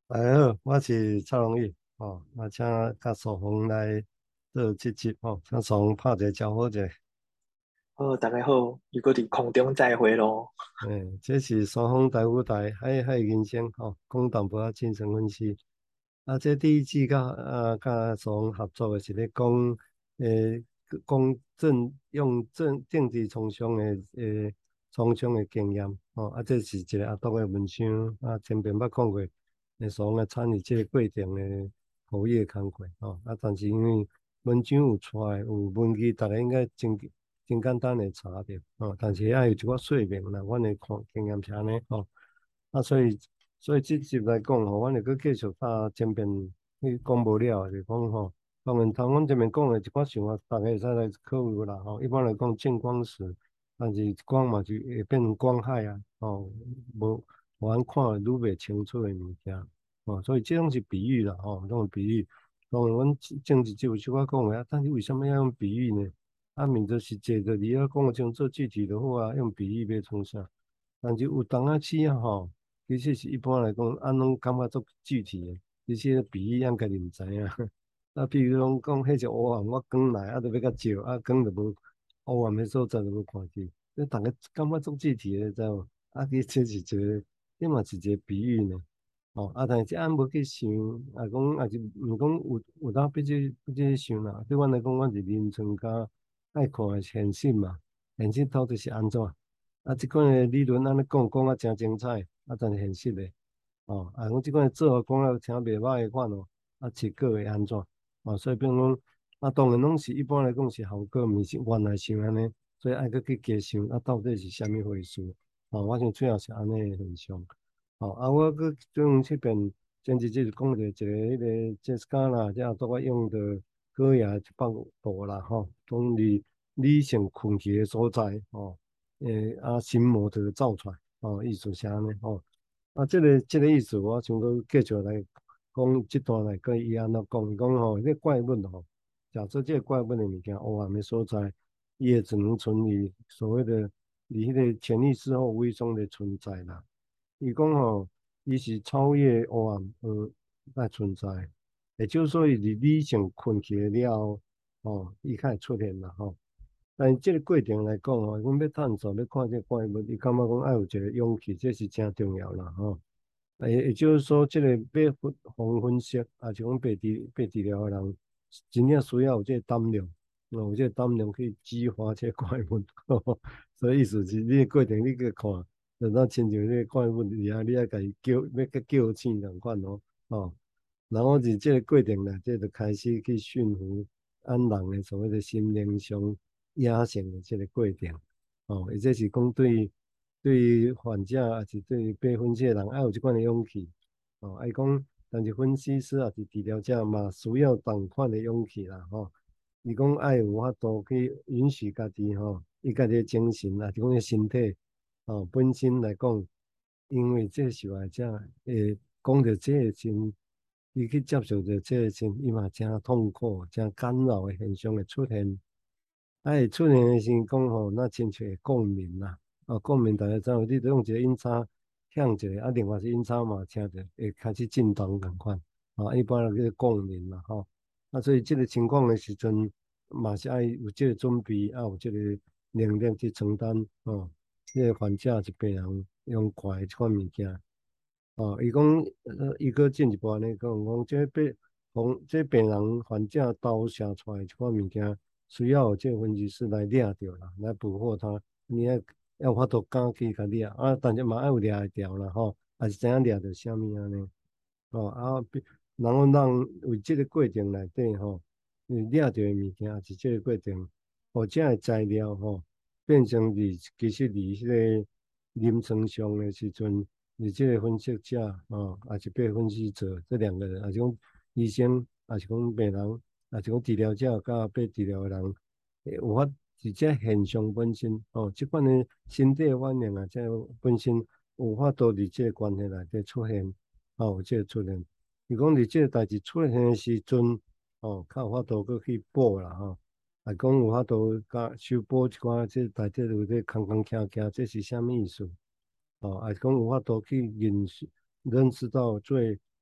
大家好，我是蔡龙义哦，请甲苏宏来做这集哦，请苏宏拍一个招呼者。 大家好，如果伫空中再会咯。 这是苏宏台舞台海人生哦，讲淡薄仔精神分析。这第一季甲苏宏合作的是咧讲讲政治从商的从商的经验哦，这是一个阿独的文章前边捌讲过，苏宏参与这个过程的口译的工课哦，但是因为文章有出来有文字，大家应该真简单的查着哦，但是要有一寡说明啦，阮的看经验是安尼哦，所以这集来讲吼，阮会去继续前边去讲无了，就讲吼，当然头阮前面讲的一寡想法，大家会使来考虑啦吼。一般来讲，见光死，但是光嘛就会变成光害啊，哦，无咱看愈袂清楚的物件，哦，所以这种是比喻啦吼，这种比喻。当然，阮政治就有小可讲的啊，但是为什么要用比喻呢？名就是坐着你要讲清楚具体的好啊，用比喻要创啥？但是有当啊时啊吼，其实是一般来讲，拢感觉足具体的，其实比喻咱家己毋知影。比如讲迄只乌暗，我光来都要甲照，光就无乌暗的所在就无看见，你逐个感觉足具体的，知无？其实这是一个，这嘛是一个比喻呢。哦，但是按无去想，也是毋讲有当必须想啦。对阮来讲，阮是人存家爱看的现实嘛，现实到底是安怎？即款的理论安尼讲啊真精彩，但是现实的，讲即款的做法讲了诚袂歹的款哦，结果会安怎？所以变讲，当然拢是一般来讲是效果，毋是原来想安尼，所以爱搁去加想，到底是虾米回事？我想主要是安尼的现象。我搁种这边前一日讲着一个迄个杰斯卡啦，这后拄我用着高雅一百步啦吼，讲理性困去的所在心魔就走出来意思是安尼这个意思我想搁继续来讲这段来跟伊安怎讲，伊讲迄个怪物假设这个怪物的物件黑暗的所在，伊也只能存于所谓的你迄个潜意识或微中的存在啦。伊讲伊是超越黑暗来存在，也就是说，伊伫理性困去了后，伊才会出现啦但即个过程来讲阮要探索要看这个怪物，伊感觉讲爱有一个勇气，这是真重要啦也就是说，这个要分析，也是讲被治疗的人，真正需要有这个胆量，有这个胆量去激发这个怪物。所以意思是，你的过程你去看，就当亲像这个怪物一样，你要甲伊叫，要甲叫醒共款哦。然后伫这个过程内，这就开始去驯服按人的所谓的心灵上野性的这个过程。也即是讲对患者，也是对被分析的人，要有这款的勇气。爱讲，但是分析师也是治疗者嘛，需要同款的勇气啦伊讲爱有法度去允许家己伊家己的精神，也是讲伊身体本身来讲，因为这受害者会讲着这个真，伊去接受着这个真，伊嘛真痛苦、真干扰的现象会出现。会出现的是讲那亲像会共鸣啦，共鸣大家知道，你用一个音叉响一个，另外是音叉嘛，听着会开始震动共款，一般叫做共鸣嘛所以这个情况的时阵，嘛是爱有这个准备，有这个能力去承担这个患者是病人用看的这款物件。伊讲，伊搁进一步安尼讲，这病人患者投射出来这款物件，需要有这个分析师来抓着啦，来捕获他。你要法度敢去甲抓但是嘛要有抓会掉啦还是知影抓着啥物安尼然后为这个过程内底你抓着的物件也是这个过程，这个材料变成其实伫迄个临床上的时阵。你这个分析者还是被分析者这两个人，还是讲医生，还是讲病人，还是讲治疗者甲被治疗的人，有法伫这现象本身这款的身体的反应这本身有法度伫这个关系内底出现，有这个出现。是讲伫这个代志出现的时阵，较有法度搁去补啦还讲有法度甲修补一寡这内底有这空空卡卡，这是啥物意思？还是讲有法度去认识到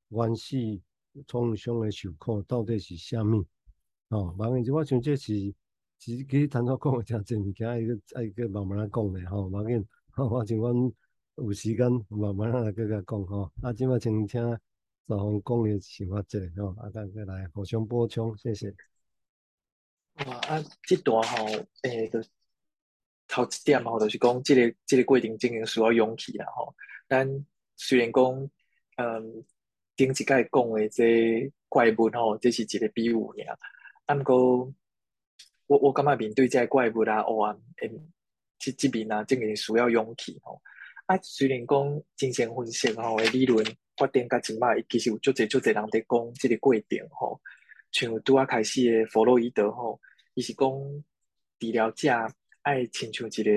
原始创伤的受苦到底是啥物？哦，万一我想这是，其实谈到讲的诚济物件，爱个慢慢来讲咧吼，无要紧，我像阮有时间慢慢来搁甲讲吼。啊，即摆先请赵宏讲伊想法者吼，啊，再来互相补充，谢谢。 哇啊，这段吼，就头一点吼，就是讲这个过程真正需要勇气啦吼。咱虽然讲，顶一届讲的这怪物吼，这是一个比喻尔，啊，毋过我感觉面对这怪物啊、黑暗，这边啊，真个需要勇气吼。啊，虽然讲精神分析吼的理论发展到即摆，其实有足侪人在讲这个过程吼。像拄啊开始的弗洛伊德吼，伊是讲治疗者爱亲像一个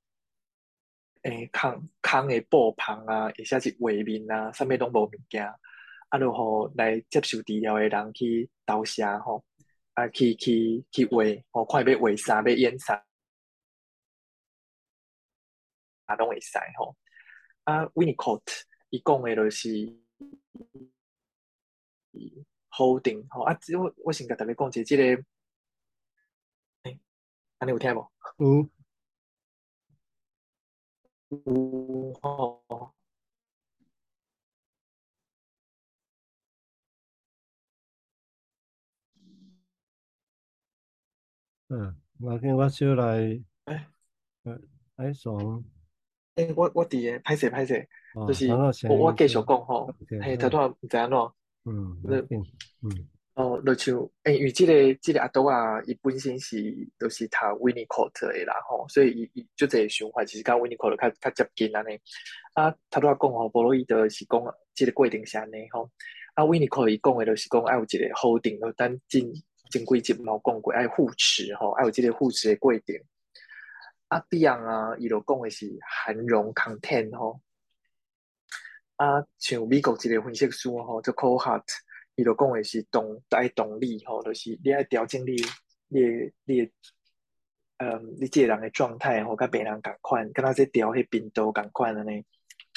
空的布棚啊，或者是画面啊，啥物拢无物件，啊，就互来接受治疗的人去投射吼，啊，去画，吼，看要画啥，要演啥，拢会使吼。啊，Winnicott 伊讲的就是holding 吼，啊，我先甲大家讲一下这个，诶，安尼有听无？ 有， 有吼。 我紧我小来， 诶爽， 我伫个歹势，就哦，谈是到声我继续音是讲吼， ，OK， 嘿，头好， 拄仔毋知安怎， 不要紧， 就像因为这个阿多啊，伊本身是就是读 Winnicott 的啦吼，所以伊就这个想法其实甲 Winnicott 较接近安尼。啊，头拄仔讲吼，弗洛伊德是讲这个过程是安尼吼，啊，Winnicott 伊讲的就是讲爱有一个 holding，咱前几集嘛有讲过，爱护持吼，爱有这个护持的过程。啊，Beyond 啊，伊就讲的是涵容 content 吼。啊，像美国一个分析师吼，叫 Cole Hart，伊就讲的是动力吼，就是你爱调整你你这个人的状态吼，甲别人共款，敢若在调迄频道共款安尼。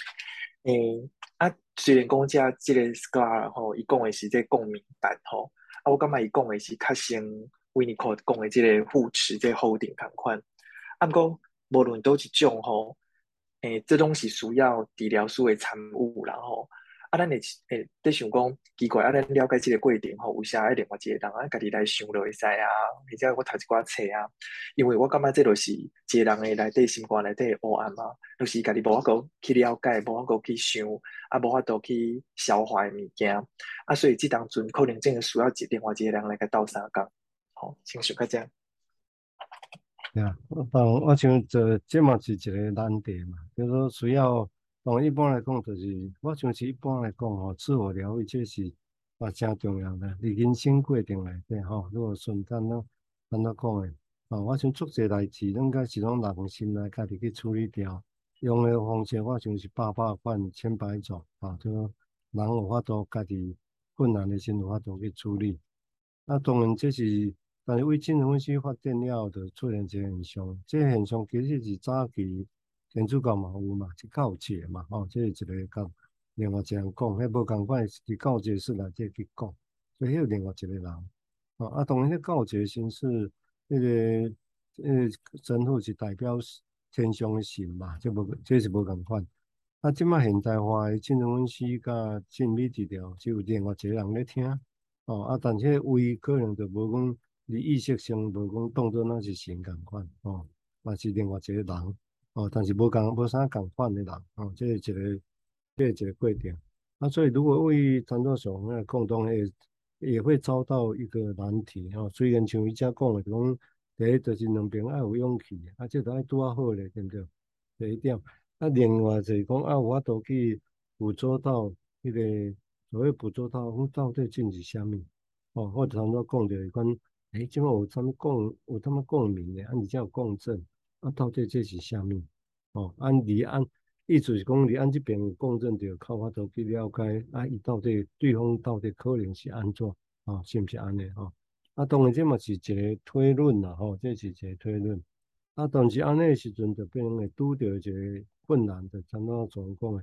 虽然讲这个 Scar 吼，伊讲的是这共鸣版吼，啊，我感觉伊讲的是较像 Winnicott 讲的这个护持这个 holding 共款。啊，毋过无论倒一种吼，这拢是需要治疗师的参与啦吼。啊，咱在想讲奇怪，啊，咱了解这个过程吼，有啥爱另外一个人啊，家己来想就会使啊，或者我读一寡册啊，因为我感觉这就是一个人的内底心肝内底的黑暗啊，就是家己无法度去了解，无法度去想，啊，无法度去消化的物件，啊，所以这当阵可能真的需要另外一个人来甲斗相共，吼，先想到这样。 呀，我想这嘛是一个难题嘛，就是说需要，一般来讲就是，我想是一般来讲吼，自我疗愈这是真重要的，伫人生过程内底吼，如果顺单咯，安怎讲诶，我想做这代志，应该是拢人心来家己去处理掉，用诶方式我想是百款千百种，就人有法度家己困难的时有法度去处理。啊，当然这是，但是为精神分析发展了后，就出现一个现象，这个现象其实是早期天主教嘛有嘛，是教界嘛，这是一个讲，另外一人讲，迄无共款是教界式来这去讲，所以迄有另外一个人，当然迄教界形式，那个神父是代表天上的神嘛，这是无共款。啊，即摆现代化的精神分析甲心理治疗，就有另外一个人咧听。但是位可能就无讲，你意识上无讲当做那是神共款，嘛是另外一个人，但是无啥共款的人，这是一个过程。所以如果为传道上那共同也会遭到一个难题，虽然像伊遮讲的，讲第一就是两边要有勇气，这都要拄啊好咧，对不对？第一点。另外就是讲有法度去捕捉到迄个所谓捕捉到到底真是啥物？我头拄讲着讲，即摆有啥物共鸣的，而且有共振，到底这是啥物？意思是讲，你按这边有共振着，靠法度去了解，伊到底对方到底可能是安怎？是毋是安尼？当然这嘛是一个推论啦，这是一个推论。但是安尼的时阵，就变成会拄着一个困难，就像我所讲的，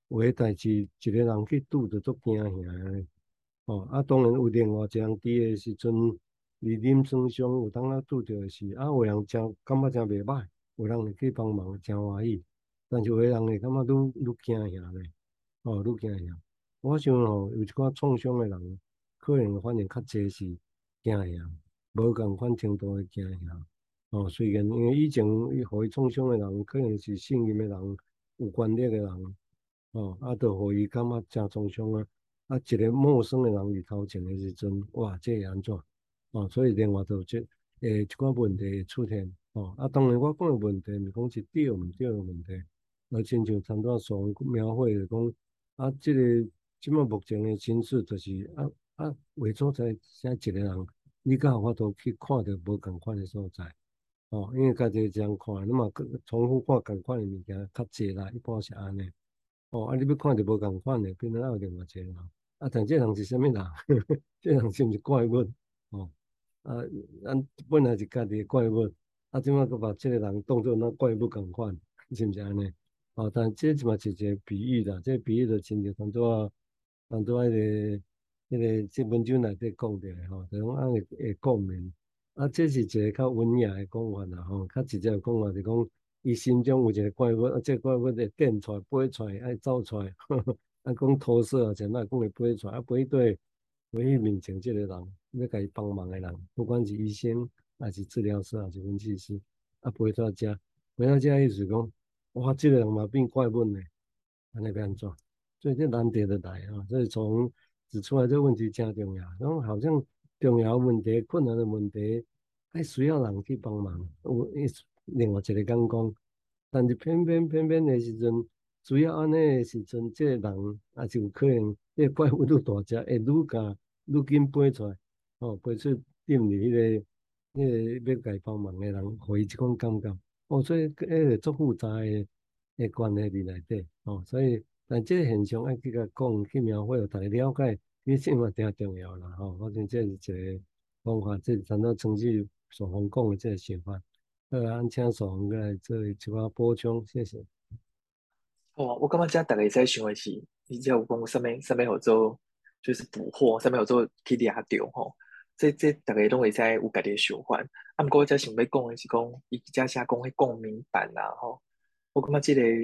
有诶代志一个人去拄着足惊吓诶。哦，啊，当然有另外一人伫诶时阵，离啉酸伤有当啊拄着诶是，啊，有人感觉真袂歹，有人会去帮忙，真欢喜。但是有诶人会感觉愈惊吓咧，哦，愈惊吓。我想吼，有一寡创伤诶人，可能反应较济是惊吓，无共款程度诶惊吓。哦，虽然因为以前互伊创伤诶人，可能是信任诶人、有权力诶人，哦，啊，就互伊感觉真创伤啊。啊，一个陌生的人伫头前的时阵，哇，这会安怎？哦，所以另外就一寡问题会出现。哦，啊，当然我讲的问题，毋是讲是对毋对的问题，而亲像参多所描绘的讲，啊，即摆目前的形势就是画所在啥一个人，你才有法度去看到无共款的所在。哦，因为家己这样看，你嘛重复看共款的物件较济啦，一般是安尼。哦，啊，你要看到无共款的，变成有另外一个人。啊，但这人是啥物人？这人是毋是怪物？哦，啊，咱本来是家己的怪物，啊，即摆佫把这个人当作那怪物共款，是毋是安尼？哦，但这即嘛是一个比喻啦，这个比喻就亲像当作即文章内底讲着的吼，就讲会共鸣。啊，这是一个较文雅的讲法啦，吼，较直接的讲法是讲，伊心中有一个怪物，啊，这个怪物会变出来、飞出来、爱走出来，啊，讲投射啊，像那讲会飞出来，啊，飞对飞去面前这个人，要甲伊帮忙的人，不管是医生，还是治疗师，还是分析师，啊，飞到遮，飞到遮意思是讲，哇，这个人嘛变怪物呢，安尼要安怎？所以这难题就来啊！所以从指出来这个问题真重要，然后好像重要的问题、困难的问题，还需要人去帮忙。有另外一个讲讲，但是偏偏的时阵，需要安尼的时阵，这个人也是有可能，这个怪物愈大只，会愈紧飞出来，哦，飞出顶入迄个要甲伊帮忙的人，互伊即种感觉。哦，所以迄个足复杂的关系伫内底，哦，所以但这个现象爱去甲讲，去描绘，互大家了解，其实嘛挺重要啦，吼、我觉这是一个方法，这是谈到程序所方讲的这个想法。好啊，咱请所方来做一寡补充，谢谢。 哦，我感觉遮大家在想的是，你只有讲什么有做，就是捕获，什么有做去掠着吼。这大家拢会在有家己的想法。啊，毋过我遮想要讲的是讲，伊遮写讲迄共鸣版啦吼。我感觉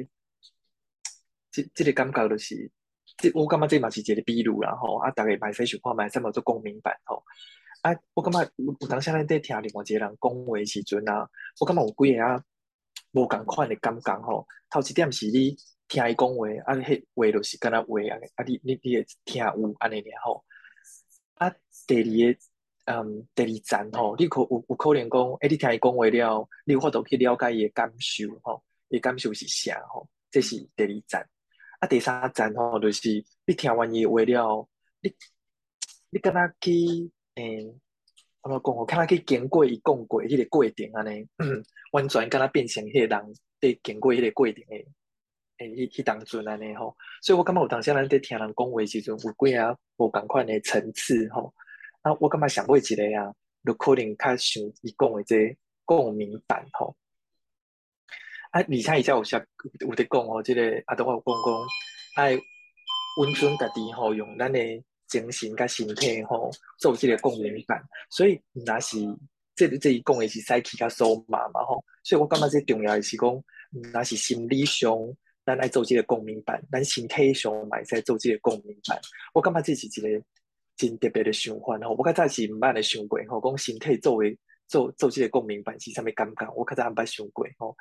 这个感觉就是，我感觉这嘛是一个比喻啦吼。啊，大家嘛使想看卖什么做共鸣版吼。啊，我感觉有当时咱在听另外一个人讲话的时阵啊，我感觉有几个无共款的感觉吼。头一点是你听伊讲话，啊，迄话就是敢若话啊，啊，你会听有安尼尔吼。啊，第二个，第二站吼，你有可能讲，你听伊讲话了，你有法度去了解伊的感受吼，伊感受是啥吼，这是第二站。啊，第三站吼，就是你听完伊的话了，你你敢若去，怎么讲吼，敢若去经过伊讲过迄个过程安尼，完全敢若变成迄个人伫经过迄个过程的。迄当阵安尼吼，所以我感觉有当时咱在听人讲话时阵，有几啊无共款的层次吼。啊，我感觉上尾一个啊，就可能较像伊讲的这共鸣版吼。啊，而且伊才有伫讲吼，即个啊，都我有讲讲，爱温存家己吼，用咱的精神甲身体吼，做即个共鸣版。所以若是这伊讲的是psyche 甲 soma 嘛吼，所以我感觉这重要的是讲，若是心理上。咱爱做这个共鸣版，咱身体上嘛会使做这个共鸣版。我感觉这是一个真特别的想法吼，我较早是毋捌来想过吼，讲身体做这个共鸣版是啥物感觉？我较早毋捌想过吼，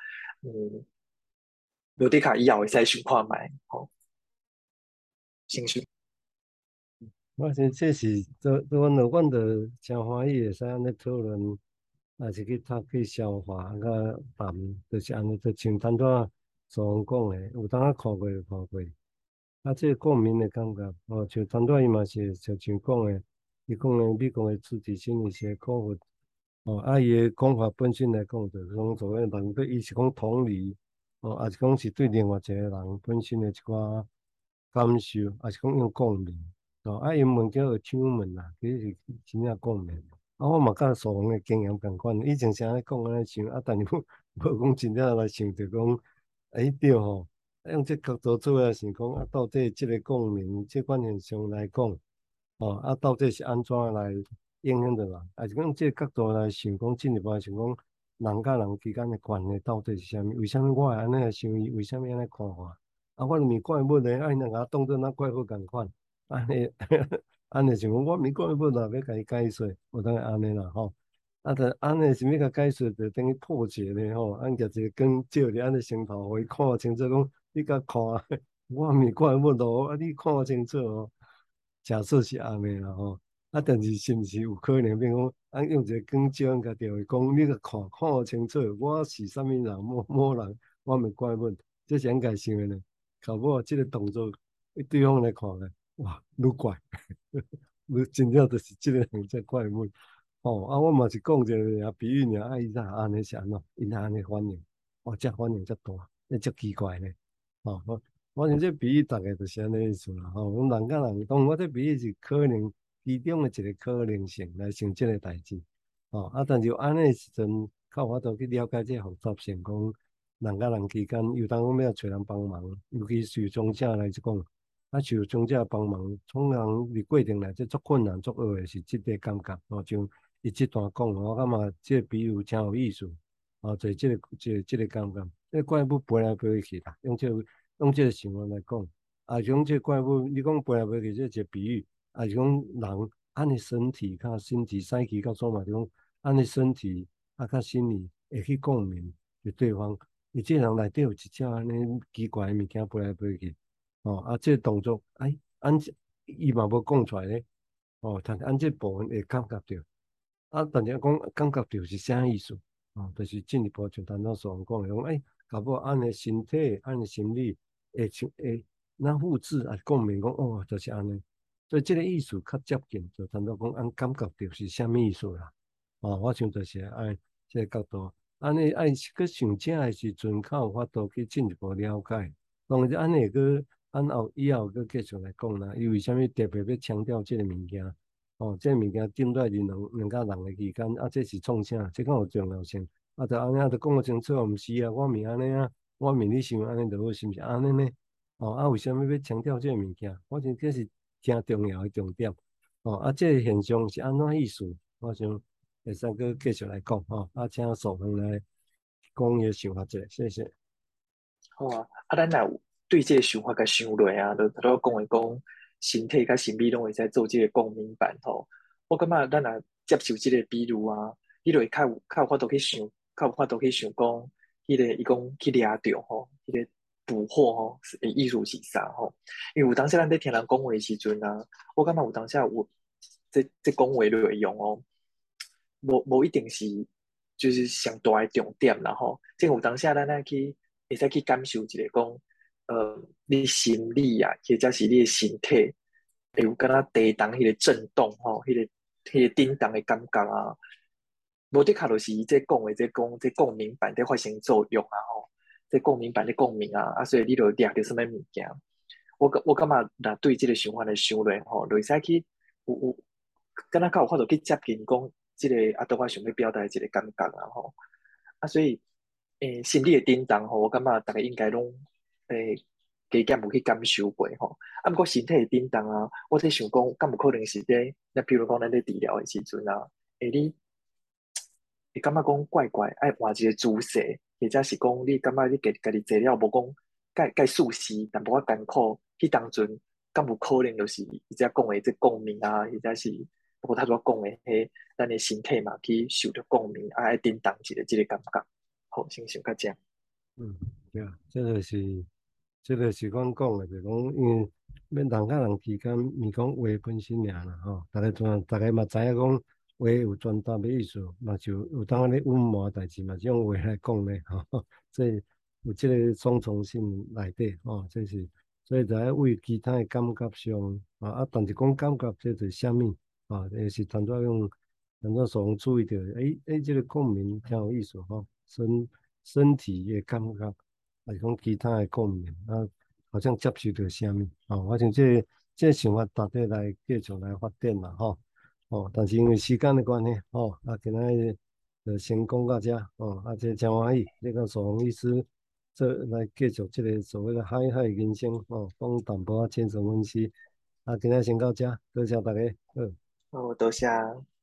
无得卡以后会使想看觅吼，先想。 我想这是阮着真欢喜，会使安尼讨论，也是去读去消化，甲谈，就是安尼，就像当初所讲的，有当啊看过就看过。啊，这个共鸣的感觉，哦，像当初伊嘛是像讲的，伊讲的美国的主题心理学讲法，哦，啊，伊的讲法本身来讲，就是讲所谓人对，伊是讲同理，哦，还是讲是对另外一个人本身的一寡感受，还是讲用共鸣。哦，啊，英文叫做 human 啦，其实是真正共鸣。啊，我嘛甲所讲的经验共款，以前是安尼讲安尼想，啊，但是无讲真正来想，就讲，对吼。 用这角度做来想讲，啊，到底这个共鸣这款现象来讲，哦，啊，到底是安怎来影响着人？还是讲这个角度来想讲，进一步来想讲，人甲人之间的关系到底是啥物？为什么我会安尼来想伊？为什么安尼看法？啊，我毋是怪物咧，啊，因两个当做咱怪物共款，安尼安尼想讲，我毋是怪物啦，要甲伊解释，有当安尼啦吼。啊，但安尼是要甲解释，就等于破解咧吼。按夹一个光照伫安尼心头，互伊看清楚讲，你甲看，我毋是怪物咯，啊，你看清楚哦。假设是安尼啦吼，啊，但是是毋是有可能变讲，按用一个光照甲调伊讲，你甲看清楚，我是啥物人，某人，我毋是怪物，这是应该想的呢。搞不好这个动作，对方来看咧，哇，愈怪，愈真正就是这个人在怪物。哦，啊，我嘛是讲一个比喻尔，啊，伊若安尼是安怎，因安尼反应，哦，这反应遮大，那足奇怪咧。哦，我想这比喻大概就是安尼意思啦。吼、讲人甲人，当然我这比喻是可能其中的一个可能性来想这个代志。哦，啊，但是安尼的时阵，较有法度去了解这个复杂性，讲人甲人之间，有当我们要找人帮忙，尤其是从者来讲，啊，像从者帮忙，通常伫过程内这足困难、足恶的是这个感觉。哦，像伊这段讲，我感觉这个比喻真有意思。哦，就这个感觉，这怪物飞来飞去啦，用这个想法来讲，啊，像这怪物，你讲飞来飞去，这是一个比喻，啊，是讲人按你身体、甲身体、psyche 甲什么，就讲按你身体啊、甲心理会去共鸣，对对方，你这人内底有一只安尼奇怪的物件飞来飞去，哦，啊，这个动作，哎，按这伊嘛无讲出来咧，哦，但按这部分会感觉到。啊，但是讲感觉到是啥意思？哦，就是进一步像咱那所讲的，讲哎，搞不好按你身体、按你心理，那复制啊共鸣讲哦，就是安尼。所以这个意思较接近，就谈到讲按感觉到是啥物意思啦。哦，我想就是按这个角度，安尼爱去想这的时阵，较有法度去进一步了解。当然，安尼个按后以后个继续来讲啦，伊为虾米特别要强调这个物件？哦，这物件顶在人两甲人的之间，啊，这是创啥？这个有重要性。啊，就安尼啊，就讲个清楚，毋是啊，我咪安尼啊，我咪你想安尼就好，是毋是安尼呢？哦，啊，为什么要强调这个物件？我想这是真重要的重点。哦，啊，这个现象是安怎意思？我想会使个继续来讲。哦，啊，请守恒来讲伊的想法者，谢谢。 好啊，啊，咱若有对这个想法甲想落啊，都讲的讲身体甲心理拢会使做这个共鸣版吼。我感觉咱若接受这个比喻啊，你就会较有法度去想，较有法度去想讲，伊讲去掠着吼，个捕获吼，是意思是啥吼？因为有当时咱在听人讲话的时阵啊，我感觉有当时有这讲话内容哦，无一定是就是上大的重点啦吼。即有当时咱会使去感受一下讲，你心理啊，或者是你的身体，会有敢若地动迄个震动吼，迄个叮当的感觉啊。无的确就是伊这共鸣板在发生作用啊吼，这共鸣板的共鸣啊，所以你就掠着什么物件。我感觉若对这个想法来想落吼，就会使去有敢若较有法度去接近讲，这个阿多我想要表达的这个感觉啊吼。啊，所以心理的震动吼，我感觉大家应该拢加减有去感受过吼。啊，不过身体的震动啊，我在想讲，敢有可能是在那比如讲咱在治疗的时阵啊，你会感觉讲怪怪，爱换一个姿势，或者是讲你感觉你家己坐了无讲介舒适，但无法艰苦，迄当阵敢有可能就是伊遮讲的这共鸣啊，或者是包括他所讲的迄咱的身体嘛，去受到共鸣，啊，爱叮当一个这个感觉，好，先想较这样。 嗯，对啊，这个是阮讲的，就是讲，因为免人甲人之间，毋讲话本身尔啦，吼，大家嘛知影讲话有传达的意思，嘛就有当咧隐瞒代志嘛，是用话来讲咧，吼，这有这个双重性内底，吼，这是所以就要为其他的感觉上，但是讲感觉这是啥物，也是当作所注意到，这个共鸣挺有意思，吼，身体的感觉。还是讲其他的共鸣，好像接受到啥物，我想这想法大体来继续来发展嘛，但是因为时间的关系，今仔日就先讲到这，这真欢喜，这个苏宏医师做来继续这个所谓的海人生哦，讲淡薄仔精神分析。啊，今日先到这，多谢大家。好。 多谢。